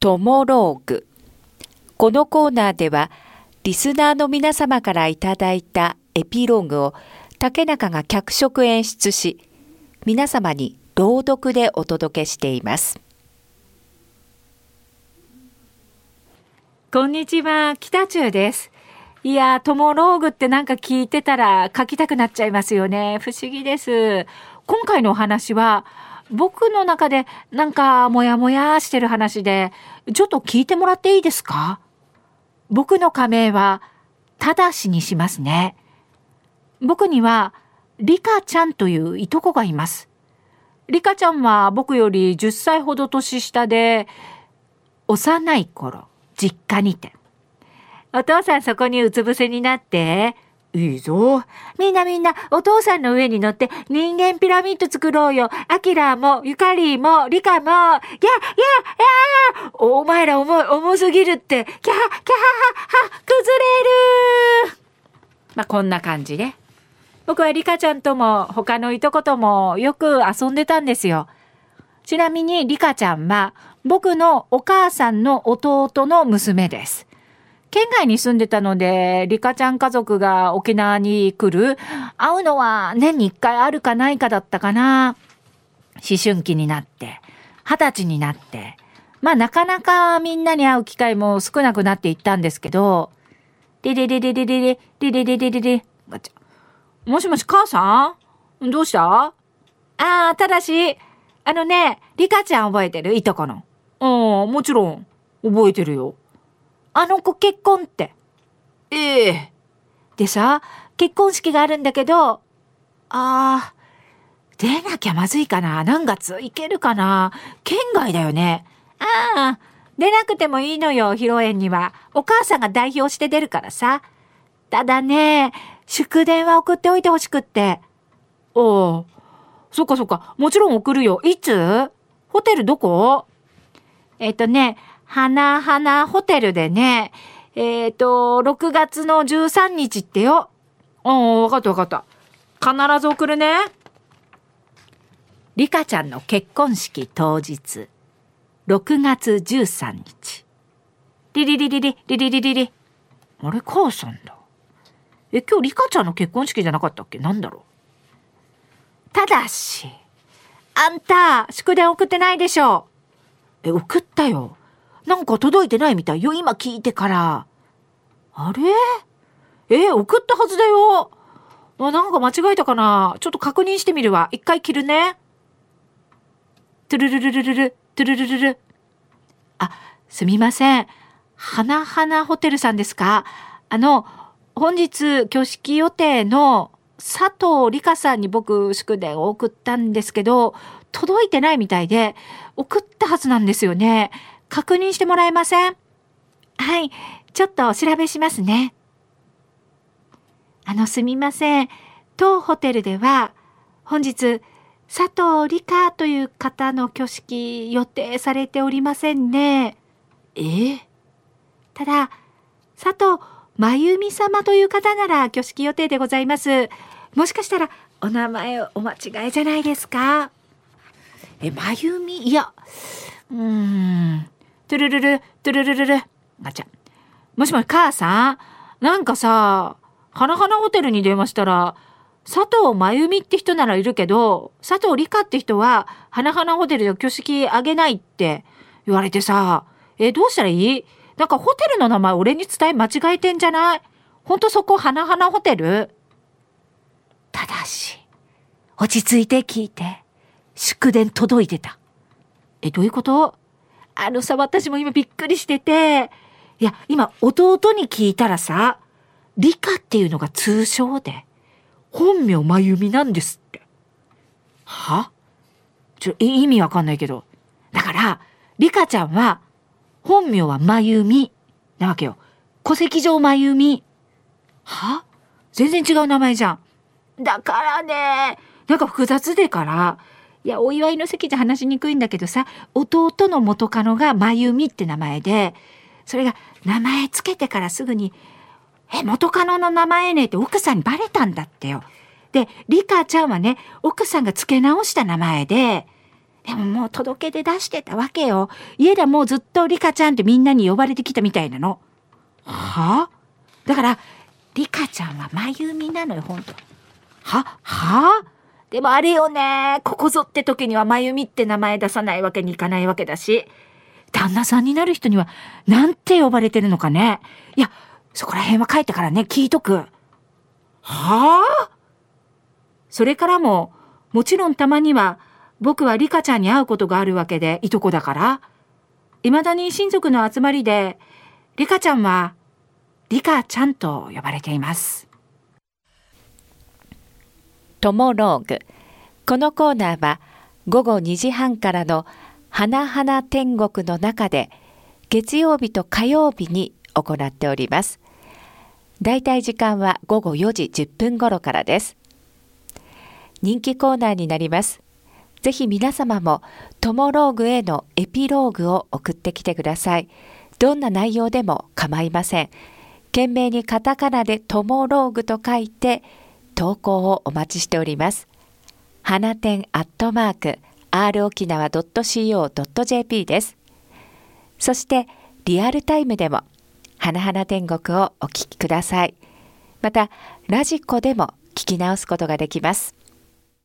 トモローグ。このコーナーではリスナーの皆様からいただいたエピローグを竹中が脚色演出し、皆様に朗読でお届けしています。 こんにちは、北中です。いや、トモローグってなんか聞いてたら書きたくなっちゃいますよね。不思議です。今回のお話は僕の中でなんかモヤモヤしてる話で、ちょっと聞いてもらっていいですか？僕の仮名はただしにしますね。僕にはリカちゃんといういとこがいます。リカちゃんは僕より10歳ほど年下で、幼い頃実家にて、お父さんそこにうつ伏せになって、いいぞ。みんなお父さんの上に乗って人間ピラミッド作ろうよ。アキラもユカリもリカも、お前ら重すぎるって。崩れる。まあ、こんな感じで。僕はリカちゃんとも他のいとこともよく遊んでたんですよ。ちなみにリカちゃんは僕のお母さんの弟の娘です。県外に住んでたので、リカちゃん家族が沖縄に来る、会うのは年に1回あるかないかだったかな。思春期になって、20歳になって、まあなかなかみんなに会う機会も少なくなっていったんですけど、もしもし母さん？どうした？ただし、リカちゃん覚えてる？いとこの。もちろん、覚えてるよ。あの子結婚って。ええ。でさ、結婚式があるんだけど、出なきゃまずいかな。何月行けるかな。県外だよね。出なくてもいいのよ、披露宴には。お母さんが代表して出るからさ。ただね、祝電は送っておいてほしくって。そっか。もちろん送るよ。いつ？ホテルどこ？花ホテルでね、6月の13日ってよ。わかった。必ず送るね。リカちゃんの結婚式当日、6月13日。リリ。あれ、母さんだ。今日リカちゃんの結婚式じゃなかったっけ？なんだろう。ただし、あんた、祝電送ってないでしょ。送ったよ。なんか届いてないみたいよ、今聞いてから。あれ？送ったはずだよ。なんか間違えたかな。ちょっと確認してみるわ。一回切るね。トゥルルルルルル、トゥルルルル。すみません。花ホテルさんですか？本日挙式予定の佐藤理香さんに僕祝電を送ったんですけど、届いてないみたいで、送ったはずなんですよね。確認してもらえません？はい、ちょっとお調べしますね。すみません。当ホテルでは本日佐藤理香という方の挙式予定されておりませんね。ただ佐藤真由美様という方なら挙式予定でございます。もしかしたらお名前お間違いじゃないですか？真由美、いや、トゥルルルもしもし母さん、なんかさ、花ホテルに電話したら佐藤真由美って人ならいるけど、佐藤理香って人は花ホテルで挙式あげないって言われてさ、どうしたらいい？なんかホテルの名前俺に伝え間違えてんじゃない？ほんとそこ花ホテル？ただし落ち着いて聞いて、祝電届いてた。どういうこと？私も今びっくりしてて、いや今弟に聞いたらさ、理香っていうのが通称で本名真由美なんですって。は？意味わかんないけど。だから理香ちゃんは本名は真由美なわけよ。戸籍上真由美。は？全然違う名前じゃん。だからね、なんか複雑でから、いやお祝いの席じゃ話しにくいんだけどさ、弟の元カノが真由美って名前で、それが名前つけてからすぐに元カノの名前ねって奥さんにバレたんだってよ。でリカちゃんはね、奥さんがつけ直した名前で、 でももう届け出出してたわけよ。家でもうずっとリカちゃんってみんなに呼ばれてきたみたいなの。はあ？だからリカちゃんはまゆみなのよ、ほんと。はあ？でもあれよね、ここぞって時にはまゆみって名前出さないわけにいかないわけだし、旦那さんになる人にはなんて呼ばれてるのかね。いや、そこら辺は帰ってからね、聞いとく。はあ？それからもちろんたまには僕はリカちゃんに会うことがあるわけで、いとこだから。未だに親族の集まりで、リカちゃんはリカちゃんと呼ばれています。 トモローグ。このコーナーは午後2時半からの花々天国の中で月曜日と火曜日に行っております。だいたい時間は午後4時10分頃からです。人気コーナーになります。ぜひ皆様もトモローグへのエピローグを送ってきてください。どんな内容でも構いません。懸命にカタカナでトモローグと書いて投稿をお待ちしております。花天@r 沖縄 .co.jp です。そしてリアルタイムでも花々天国をお聞きください。またラジコでも聞き直すことができます。